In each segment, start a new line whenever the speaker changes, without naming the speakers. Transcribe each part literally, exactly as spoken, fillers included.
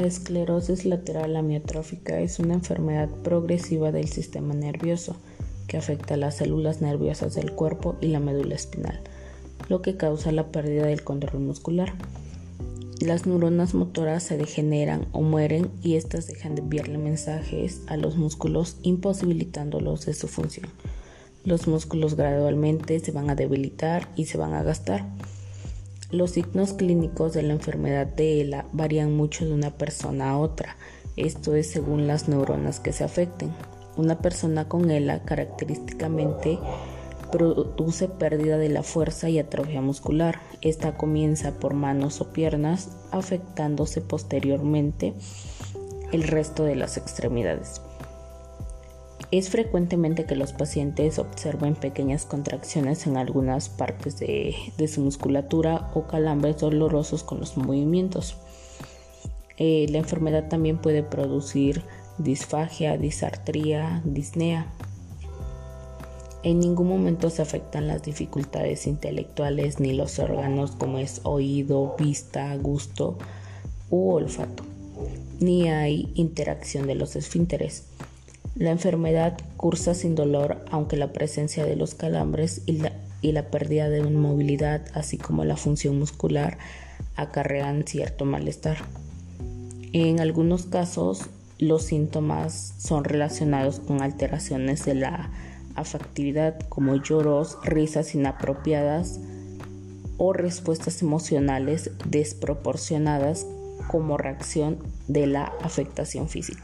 La esclerosis lateral amiotrófica es una enfermedad progresiva del sistema nervioso que afecta a las células nerviosas del cuerpo y la médula espinal, lo que causa la pérdida del control muscular. Las neuronas motoras se degeneran o mueren y éstas dejan de enviarle mensajes a los músculos, imposibilitándolos de su función. Los músculos gradualmente se van a debilitar y se van a gastar. Los signos clínicos de la enfermedad de ELA varían mucho de una persona a otra, esto es según las neuronas que se afecten. Una persona con ELA característicamente produce pérdida de la fuerza y atrofia muscular. Esta comienza por manos o piernas, afectándose posteriormente el resto de las extremidades. Es frecuentemente que los pacientes observen pequeñas contracciones en algunas partes de, de su musculatura o calambres dolorosos con los movimientos. Eh, la enfermedad también puede producir disfagia, disartría, disnea. En ningún momento se afectan las dificultades intelectuales ni los órganos como es oído, vista, gusto u olfato, ni hay interacción de los esfínteres. La enfermedad cursa sin dolor, aunque la presencia de los calambres y la, y la pérdida de movilidad, así como la función muscular, acarrean cierto malestar. En algunos casos, los síntomas son relacionados con alteraciones de la afectividad, como lloros, risas inapropiadas o respuestas emocionales desproporcionadas como reacción de la afectación física.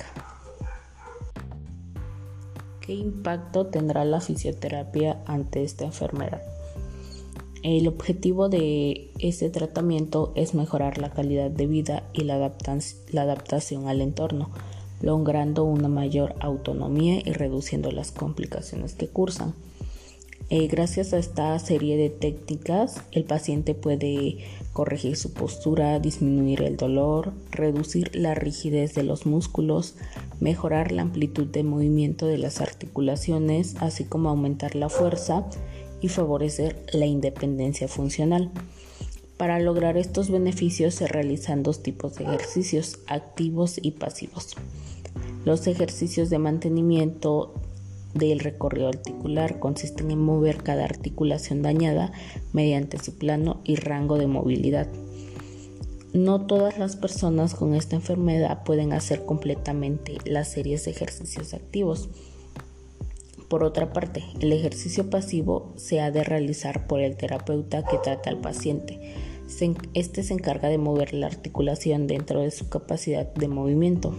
¿Qué impacto tendrá la fisioterapia ante esta enfermedad? El objetivo de este tratamiento es mejorar la calidad de vida y la, adaptan- la adaptación al entorno, logrando una mayor autonomía y reduciendo las complicaciones que cursan. Eh, gracias a esta serie de técnicas, el paciente puede corregir su postura, disminuir el dolor, reducir la rigidez de los músculos, mejorar la amplitud de movimiento de las articulaciones, así como aumentar la fuerza y favorecer la independencia funcional. Para lograr estos beneficios se realizan dos tipos de ejercicios, activos y pasivos. Los ejercicios de mantenimiento del recorrido articular consisten en mover cada articulación dañada mediante su plano y rango de movilidad. No todas las personas con esta enfermedad pueden hacer completamente las series de ejercicios activos. Por otra parte, el ejercicio pasivo se ha de realizar por el terapeuta que trata al paciente. Este se encarga de mover la articulación dentro de su capacidad de movimiento.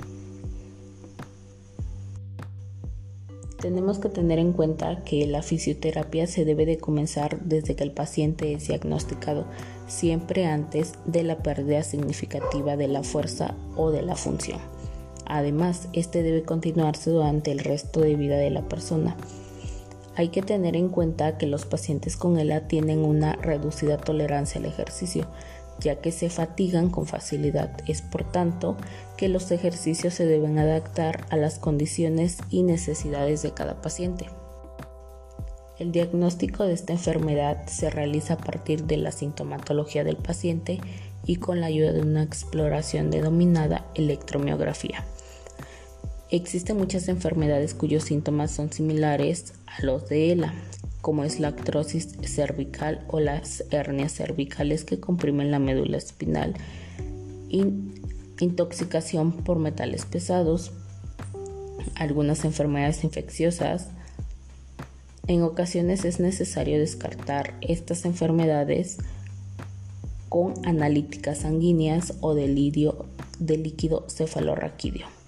Tenemos que tener en cuenta que la fisioterapia se debe de comenzar desde que el paciente es diagnosticado, siempre antes de la pérdida significativa de la fuerza o de la función. Además, este debe continuarse durante el resto de vida de la persona. Hay que tener en cuenta que los pacientes con ELA tienen una reducida tolerancia al ejercicio, ya que se fatigan con facilidad. Es por tanto que los ejercicios se deben adaptar a las condiciones y necesidades de cada paciente. El diagnóstico de esta enfermedad se realiza a partir de la sintomatología del paciente y con la ayuda de una exploración denominada electromiografía. Existen muchas enfermedades cuyos síntomas son similares a los de ELA, como es la artrosis cervical o las hernias cervicales que comprimen la médula espinal, in- intoxicación por metales pesados, algunas enfermedades infecciosas. En ocasiones es necesario descartar estas enfermedades con analíticas sanguíneas o de, lidio, de líquido cefalorraquídeo.